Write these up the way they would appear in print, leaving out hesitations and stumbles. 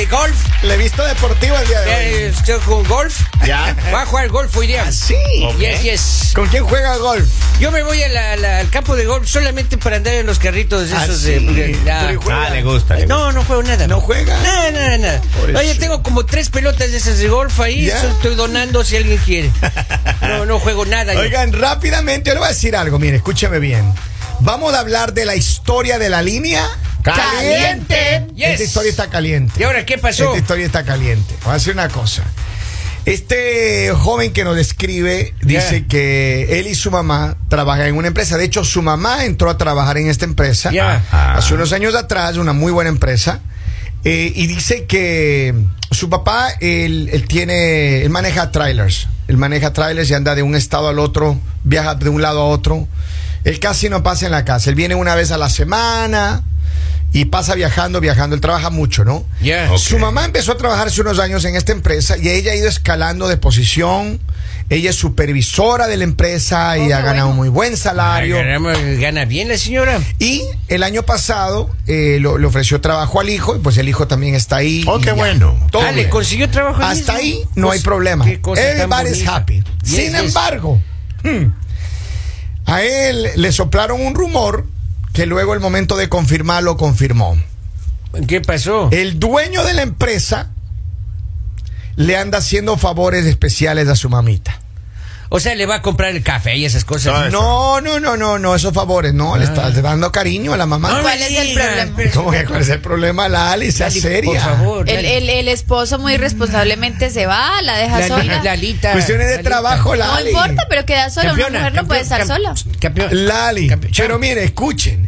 de golf. Le he visto deportivo el día de hoy. Estoy con golf. Ya. Va a jugar golf hoy día. ¿Ah, sí? Yes. ¿Con quién juega golf? Yo me voy al campo de golf solamente para andar en los carritos esos sí. Le gusta. No juego nada. ¿No juega? Nada. Oye, tengo como 3 pelotas de esas de golf ahí. Ya. Eso estoy donando si alguien quiere. No juego nada. Oigan, rápidamente, yo le voy a decir algo. Mire, escúcheme bien. Vamos a hablar de la historia de la línea caliente. Yes. Esta historia está caliente. ¿Y ahora qué pasó? Esta historia está caliente. Voy a decir una cosa. Este joven que nos describe dice que él y su mamá trabajan en una empresa. De hecho, su mamá entró a trabajar en esta empresa hace unos años atrás, una muy buena empresa. Y dice que su papá, él maneja trailers. Él maneja trailers y anda de un estado al otro, viaja de un lado a otro. Él casi no pasa en la casa. Él viene una vez a la semana y pasa viajando. Él trabaja mucho, ¿no? Yeah. Okay. Su mamá empezó a trabajar hace unos años en esta empresa y ella ha ido escalando de posición. Ella es supervisora de la empresa y ha ganado un muy buen salario. Gana bien la señora. Y el año pasado le ofreció trabajo al hijo y pues el hijo también está ahí. Oh, qué ya. bueno. Todo Le bien. consiguió trabajo. Hasta ahí no hay problema. Qué cosa tan Everybody's bonita. happy. Yes, Sin yes. embargo, a él le soplaron un rumor que luego el momento de confirmarlo confirmó. ¿Qué pasó? El dueño de la empresa le anda haciendo favores especiales a su mamita. O sea, le va a comprar el café y esas cosas. No, esos favores, no, le está dando cariño a la mamá. ¿Cuál es el problema? ¿Cómo que cuál es el problema, Lali? Sea Lali, seria. por favor. El esposo muy responsablemente se va, la deja sola. Lalita. Cuestiones de Lalita. trabajo, No Lali. importa, pero queda sola. Campeona, Una mujer no puede estar sola. Campeón. Lali, pero mire, escuchen.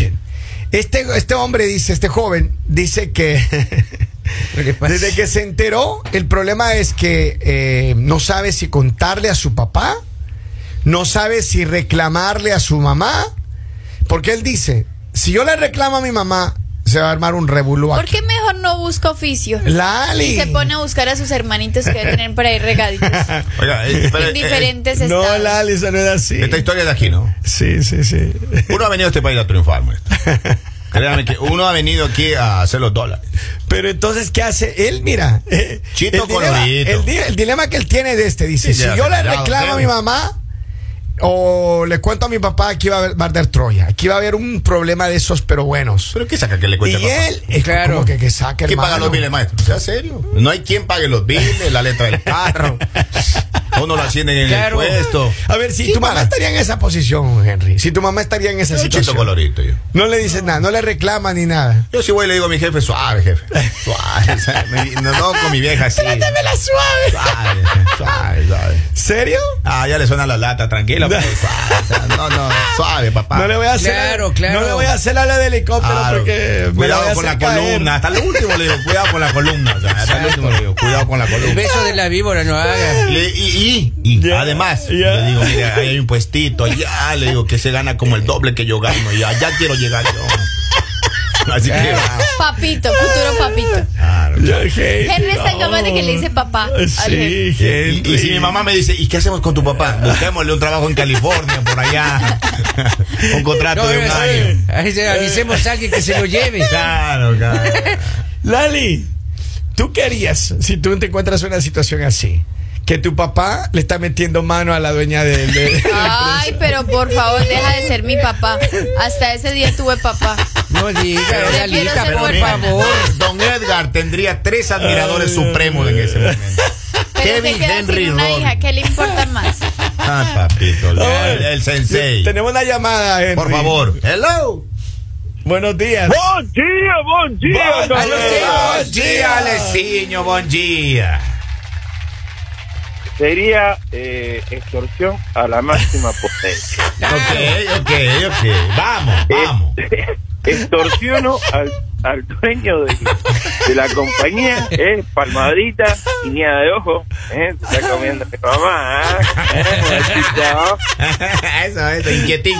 Este hombre dice, este joven dice que ¿Qué pasa? desde que se enteró, el problema es que no sabe si contarle a su papá, no sabe si reclamarle a su mamá, porque él dice, si yo le reclamo a mi mamá, se va a armar un revolú ¿Por aquí. qué mejor no busca oficio? Lali. Y se pone a buscar a sus hermanitos que deben tener por ahí regaditos. Oiga, En diferentes No, estados. Lali, eso no es así. esta historia es de aquí, ¿no? Sí. Uno ha venido a este país a triunfar, maestro. Créame que uno ha venido aquí a hacer los dólares. Pero entonces, ¿qué hace? Él, mira. Chito colorito. El dilema que él tiene es este. Dice, Sí, si ya, yo le ya, reclamo a mi ya. mamá o le cuento a mi papá, aquí va a haber Troya. Aquí va a haber un problema de esos, pero buenos. ¿Pero qué saca que le cuente Y a papá? él, es Claro. como que saca, ¿Quién paga hermano. los biles, maestro? ¿Sea serio? No hay quien pague los biles, la letra del carro. Uno lo ascienden en Claro. el puesto. A ver, si ¿Quién tu mamá paga? estaría en esa posición, Henry. Si tu mamá estaría en esa Yo chito situación. colorito yo. No le dices nada, no le reclama ni nada. Yo si voy y le digo a mi jefe, suave, jefe. Suave. No con mi vieja así. Trátamela suave. Suave. ¿Serio? Ya le suena la lata, tranquila. Pues, suave. No, suave, papá. No le voy a hacer. Claro. No le voy a hacer la de helicóptero Claro. porque. me la voy Cuidado a con la hacer caer. columna. Hasta lo último le digo, cuidado con la columna. O sea, hasta el último le digo, cuidado con la El columna. beso de la víbora no haga. Y Ya, además, ya. le digo, mira, ahí hay un puestito, ya le digo que se gana como el doble que yo gano, ya quiero llegar yo. Así que, Papito, futuro papito. claro. Henry está capaz de que le dice papá al jefe. Sí, Y si mi mamá me dice, ¿y qué hacemos con tu papá? Busquémosle un trabajo en California, por allá. Un contrato de un año. Avisemos a alguien que se lo lleve. Claro. Lali, ¿tú qué harías si tú te encuentras en una situación así? Que tu papá le está metiendo mano a la dueña de Ay, pero por favor, deja de ser mi papá. Hasta ese día tuve papá. No diga, Prefiero Lalita, ser por huérfana. favor. Don Edgar tendría 3 admiradores supremos en ese momento. Pero Kevin se queda Henry sin una Rollins. hija, ¿qué le importa más? Papito, el sensei. Tenemos una llamada, Henry. Por favor. Hello. Buenos días. Bom dia, Bom dia, Aleciño, bom dia. Sería extorsión a la máxima potencia. Ok. Vamos. Extorsiono al dueño de la compañía, palmadita, guiñada de ojo, se está comiendo mi mamá, Eso, inquietín.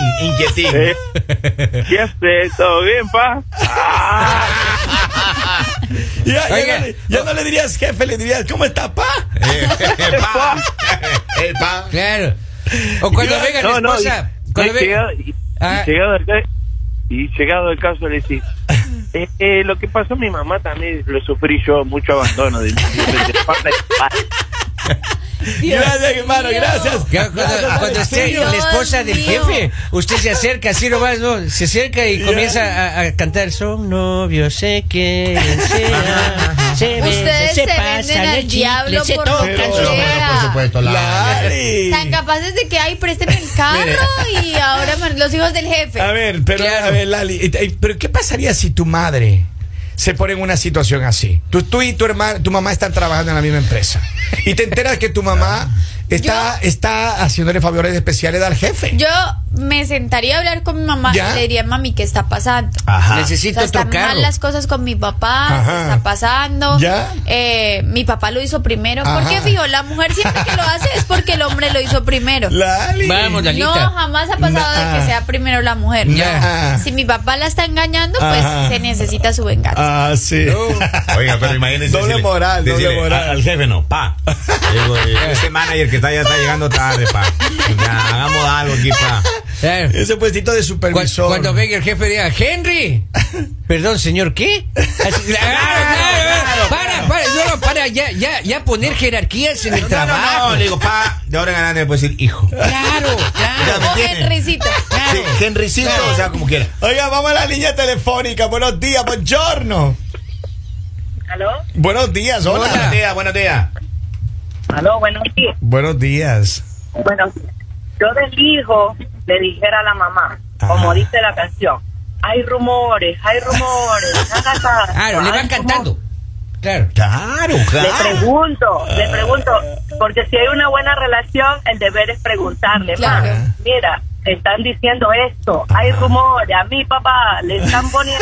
¿Qué hace? ¿Todo bien, pa? Ya no le dirías jefe, le dirías, ¿cómo está, pa? Pa. Claro. O cuando venga la esposa. Cuando venga. Y llegado el caso le decís, Lo que pasó a mi mamá también lo sufrí yo, mucho abandono de parte de padre. Gracias, hermano, gracias. Cuando esté la esposa del jefe, usted se acerca así nomás, ¿no? Se acerca y comienza a cantar. Son novios, se quieren, ustedes se venden al diablo por lo que sea. Por supuesto, Tan capaces de que, présteme el carro y ahora los hijos del jefe. A ver, pero, a ver, Lali, pero ¿qué pasaría si tu madre se pone en una situación así? Tú y tu mamá están trabajando en la misma empresa y te enteras que tu mamá está haciéndole favores especiales al jefe. Yo me sentaría a hablar con mi mamá y le diría, mami, ¿qué está pasando? Necesito están mal las cosas con mi papá, ¿qué está pasando? Mi papá lo hizo primero. Porque fijo, la mujer siempre que lo hace es porque el hombre lo hizo primero. Vamos, Lalita. No, jamás ha pasado de que sea primero la mujer. Si mi papá la está engañando, pues se necesita su venganza. Sí. Oiga, pero imagínense. Doble moral. Al jefe no, Digo, ese manager que ya está llegando tarde, ya, hagamos algo aquí, Ese puestito de supervisor. Cuando venga el jefe diga, Henry. Perdón, señor, ¿qué? Para, ya poner jerarquías en el trabajo. No, le digo, de ahora en adelante le puedo decir hijo. Claro. O Henrycito. Sí, Henrycito, o sea, como quiera. Oiga, vamos a la línea telefónica. Buenos días, buongiorno. ¿Aló? Buenos días, hola. Buenos días. Aló, buenos días. Buenos días. Bueno, yo del hijo le dijera a la mamá, como dice la canción, hay rumores. Claro, le van cantando. Claro. Le pregunto, porque si hay una buena relación, el deber es preguntarle, mira, te están diciendo esto, hay rumores, a mi papá le están poniendo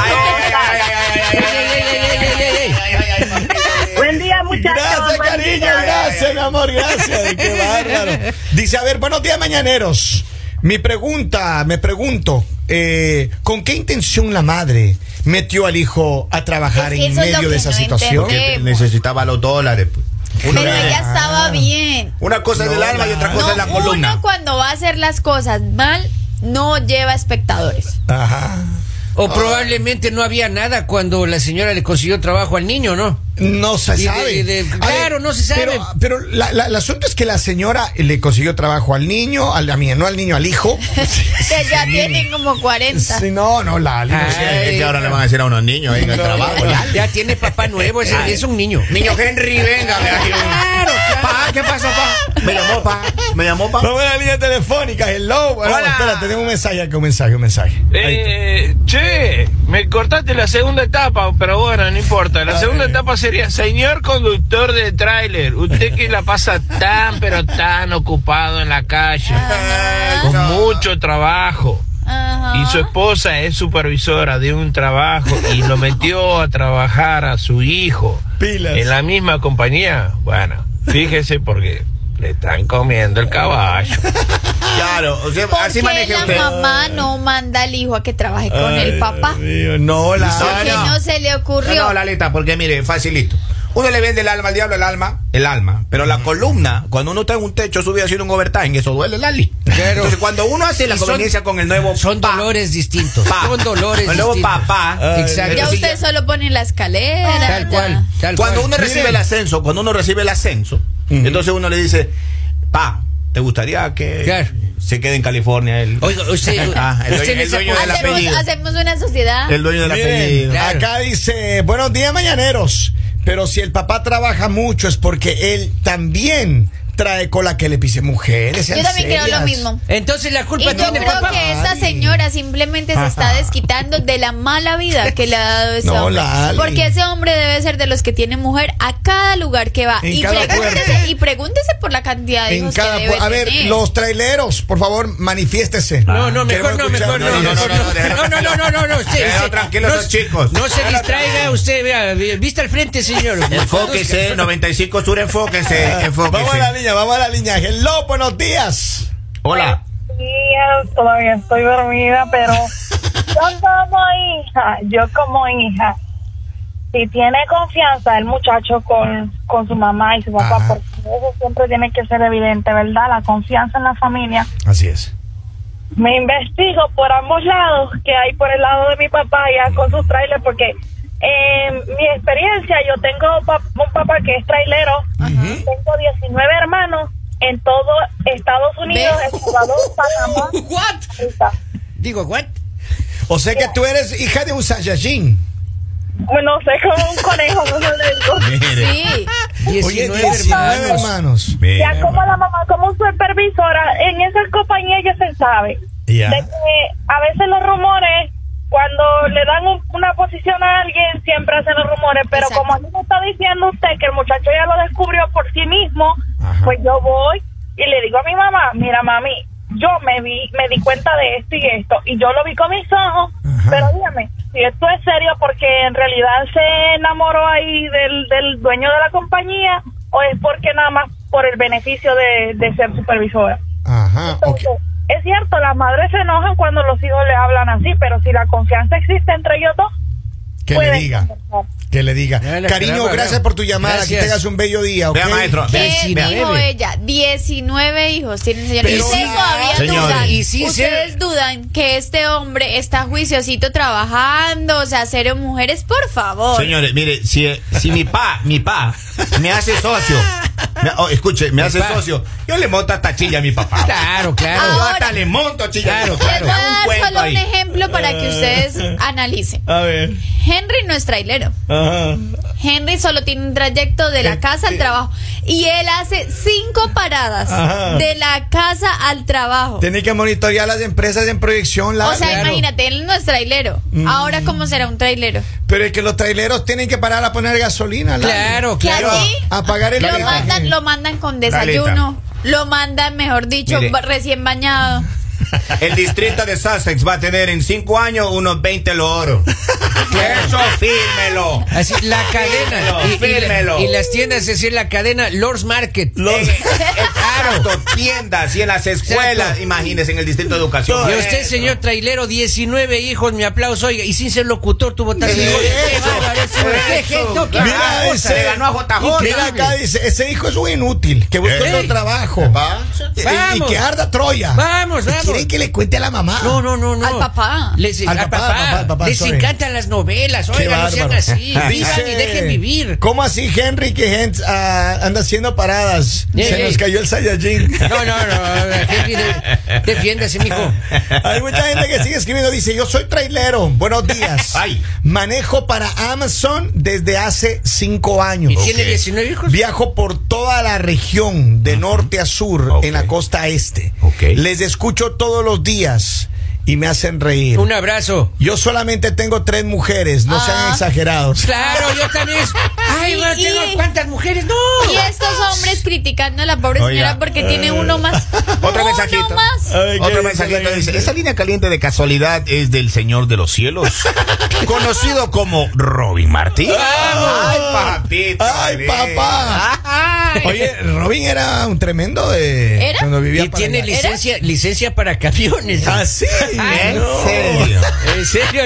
Buen día, muchachos. Gracias, cariño, gracias, mi amor, gracias. Qué bárbaro. Dice, a ver, buenos días, mañaneros. Me pregunto, ¿con qué intención la madre metió al hijo a trabajar en medio de esa situación? Que necesitaba los dólares. Pero ella estaba bien. Una cosa es del alma y otra cosa es la columna. Uno cuando va a hacer las cosas mal, no lleva espectadores. O probablemente no había nada cuando la señora le consiguió trabajo al niño, ¿no? No se sabe. Claro, no se sabe. Pero el asunto es que la señora le consiguió trabajo al niño, al hijo. Que ya tienen como 40. Sí, no, Lali. Es que ahora le van a decir a unos niños en el trabajo. Ya tiene papá nuevo, es un niño. Niño Henry, venga. Claro. ¿Qué pasó, Me llamó, Vamos a la línea telefónica. Hello. Bueno, espera, tenemos un mensaje. Che, me cortaste la segunda etapa, pero bueno, no importa. La segunda etapa sería, señor conductor de tráiler, usted que la pasa pero tan ocupado en la calle, con mucho trabajo, y su esposa es supervisora de un trabajo y lo metió a trabajar a su hijo en la misma compañía. Bueno, fíjese porque le están comiendo el caballo. Claro, o sea, así maneja usted. La mamá no manda al hijo a que trabaje con el papá. No, porque no se le ocurrió. No, Lalita, porque mire, facilito. Uno le vende el alma al diablo, el alma. Pero la columna, cuando uno está en un techo subido haciendo un overtime, eso duele, Lali. Claro. Entonces, cuando uno hace la conveniencia con el nuevo son dolores distintos. Son dolores el nuevo distintos. papá. Exacto. Ya usted solo pone la escalera. Tal cual. Cuando uno recibe el ascenso, entonces uno le dice, ¿te gustaría que se quede en California él? Oiga, el dueño del apellido. Hacemos una sociedad. El dueño del apellido. Claro. Acá dice, buenos días, mañaneros. Pero si el papá trabaja mucho es porque él también trae cola que le pise mujeres. Yo también creo lo mismo. Entonces la culpa tiene el papá. Yo creo que esta señora simplemente se está desquitando de la mala vida que le ha dado ese hombre. Porque ese hombre debe ser de los que tiene mujer a cada lugar que va. Y pregúntese por la cantidad de hijos que debe tener. A ver, los traileros, por favor, manifiéstese. Mejor no. Tranquilos los chicos. No se distraiga usted, vea, vista al frente, señor. Enfóquese, 95 Sur, enfóquese. Vamos a la línea. Hello, buenos días. Hola. Buenos días, todavía estoy dormida, pero yo como hija, si tiene confianza el muchacho con su mamá y su papá, porque eso siempre tiene que ser evidente, ¿verdad? La confianza en la familia. Así es. me investigo por ambos lados, que hay por el lado de mi papá ya con sus trailers, porque en mi experiencia yo tengo un papá que es trailero, tengo 19 hermanos en todo Estados Unidos, El Salvador, Panamá. What? Digo, what? O sea que tú eres hija de un Saiyajin. Bueno, sé como un conejo, no sé de Sí. 19 hermanos. Ya como la mamá, como supervisora, en esas compañías ya se sabe. Yeah. De que a veces los rumores, cuando le dan una posición a alguien, siempre hacen los rumores, pero Exacto. como a mí me está diciendo usted que el muchacho ya lo descubrió por sí mismo, pues yo voy y le digo a mi mamá, mira mami, yo me di cuenta de esto y esto, y yo lo vi con mis ojos, pero dígame, si esto es serio porque en realidad se enamoró ahí del dueño de la compañía, o es porque nada más por el beneficio de ser supervisora. Ajá, Entonces, es cierto, las madres se enojan cuando los hijos les hablan así, pero si la confianza existe entre ellos dos, Que pueden le diga. conversar. Que le diga. Dale, Cariño, caramba, gracias veo. por tu llamada. Gracias. Que tengas un bello día, ¿ok? Vea, maestro. ¿Qué 19. dijo ella? 19 hijos tiene el señor. Pero Y ustedes sí, todavía señores. dudan. Y sin Ustedes ser- dudan que este hombre está juiciosito trabajando, o sea, serio, mujeres, por favor. Señores, mire, si mi pa me hace socio, escuche, me hace Pa. socio, yo le monto hasta chilla a mi papá. Claro, claro. Yo Ahora- hasta le monto chilla a mi Claro, papá. Les voy a Un dar cuento solo ahí. un ejemplo para que ustedes analicen. A ver. Henry no es trailero. Ajá. Henry solo tiene un trayecto de la casa al trabajo. Y él hace 5 paradas Ajá. de la casa al trabajo. Tiene que monitorear las empresas en proyección. O sea, Claro. imagínate, él no es trailero. Ahora, ¿cómo será un trailero? Pero es que los traileros tienen que parar a poner gasolina. Lali. Claro, Que claro. allí A pagar el peaje. lo mandan con desayuno, lo mandan, mejor dicho, Mire. recién bañado. El distrito de Sussex va a tener en 5 años unos 20 loros. Eso, fírmelo. Así, la cadena. Fírmelo. Y las tiendas, es decir, la cadena Lord's Market. Claro, tiendas y en las escuelas, Exacto. imagínense, en el distrito de educación. Y usted, señor trailero, 19 hijos, mi aplauso, oiga, y sin ser locutor tuvo tantos hijos. ¡Qué bárbaro! ¡Qué Mira, cosa! ese- le ganó a JJ. Mira acá, dice, ese hijo es un inútil, que busque otro trabajo. Y Vamos. que arda Troya. Vamos, vamos. ¿Quieren que le cuente a la mamá? No. Al papá. Al papá, Les sorry. encantan las novelas, Qué oiga, no sean bárbaro. así. Vivan y dejen vivir. ¿Cómo así, Henry, que anda haciendo paradas? Se Ey. nos cayó el Saiyajin. No, Henry, defiéndase, mijo. Hay mucha gente que sigue escribiendo, dice, yo soy trailero, buenos días. Ay. Manejo para Amazon desde hace 5 años. ¿Y tiene 19 hijos? Viajo por toda la región, de norte a sur, Ok. en la costa este. Ok. Les escucho todos los días y me hacen reír. Un abrazo. Yo solamente tengo 3 mujeres, no sean exagerados. Claro, yo también. Ay, va, tengo ¿cuántas mujeres? No. Y estos hombres criticando a la pobre Oiga. señora porque tiene uno más. Otro Uno mensajito. más. Ay, ¿qué Otro dice mensajito la dice, gente? esa línea caliente de casualidad es del Señor de los Cielos, conocido como Robin Martí. Ay, papito. ¡Ay, Ay. papá! Ay. Oye, Robin era un tremendo de... ¿Era? Cuando vivía Y para tiene allá. licencia para camiones. ¿Ah, sí? Ay, ¿En No. serio? ¿En serio?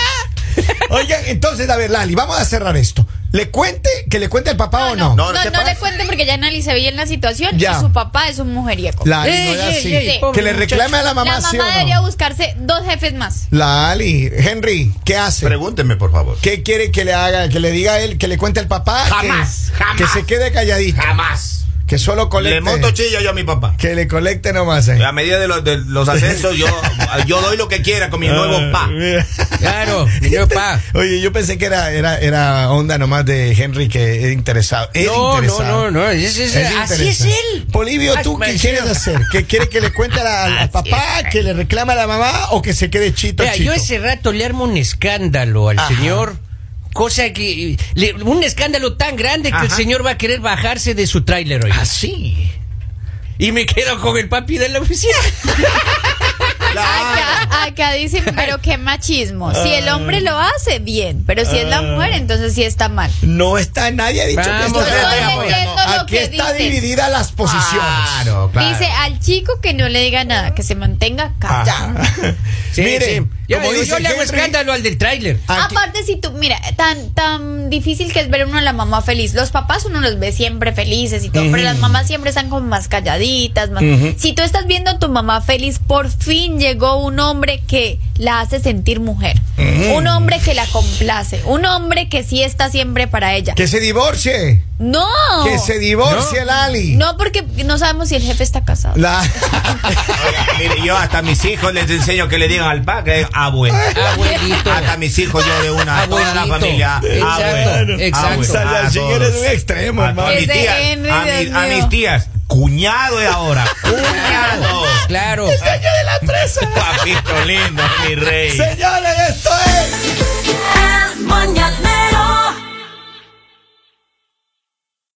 Oigan, entonces, a ver, Lali, vamos a cerrar esto. ¿Que le cuente el papá o no? No, No ¿qué le pasa? cuente porque ya analice bien la situación Ya. y su papá es un mujeriego. Lali, no Ey, es ey, así. ey, pobre Que le reclame a la mamá, La ¿sí mamá o debería no? buscarse 2 jefes más. Lali, Henry, ¿qué hace? Pregúnteme, por favor. ¿Qué quiere que le haga? ¿Que le diga a él, que le cuente el papá? Jamás, jamás. Que se quede calladito. Jamás. Que solo colecte. Le monto chilla yo a mi papá. Que le colecte nomás. A medida de los ascensos, yo doy lo que quiera con mi nuevo pa. Mira. Claro, mi nuevo pa. Oye, yo pensé que era onda nomás de Henry que es interesado. Es interesado. No. Es Así es interesado. él. Polibio, ¿tú Ay, qué maestro. quieres hacer? ¿Qué quiere que le cuente al papá? ¿Que le reclame a la mamá? ¿O que se quede chito? Mira, yo ese rato le armo un escándalo al Ajá. señor. Cosa que. Un escándalo tan grande que el Ajá. señor va a querer bajarse de su tráiler hoy. Así. Y me quedo con el papi de la oficina. Acá dicen, pero qué machismo. Si el hombre lo hace, bien. Pero si es la mujer, entonces sí está mal. No está, nadie ha dicho que Vamos, está Yo estoy vamos. leyendo lo Aquí que está dice. dividida las posiciones. Claro, claro. Dice al chico que no le diga nada, que se mantenga callado. Ajá. Sí, Mire, sí. Yo le hago escándalo al del tráiler. Aparte, si tú, mira, tan difícil que es ver uno a la mamá feliz. Los papás uno los ve siempre felices y todo, pero las mamás siempre están como más calladitas. Si tú estás viendo a tu mamá feliz, por fin llegó un hombre que la hace sentir mujer. Un hombre que la complace. Un hombre que sí está siempre para ella. Que se divorcie. No. Que se divorcie, Lali. No, porque no sabemos si el jefe está casado. Oiga, mire, yo hasta a mis hijos les enseño que le digan al padre abuelito. Hasta a mis hijos yo de una, a toda la familia. Exacto. Eres un extremo, hermano. A mis tías. Cuñado de ahora. Cuñado. Claro. El dueño de la empresa. Papito lindo, mi rey. Señores, esto es El Mañanero.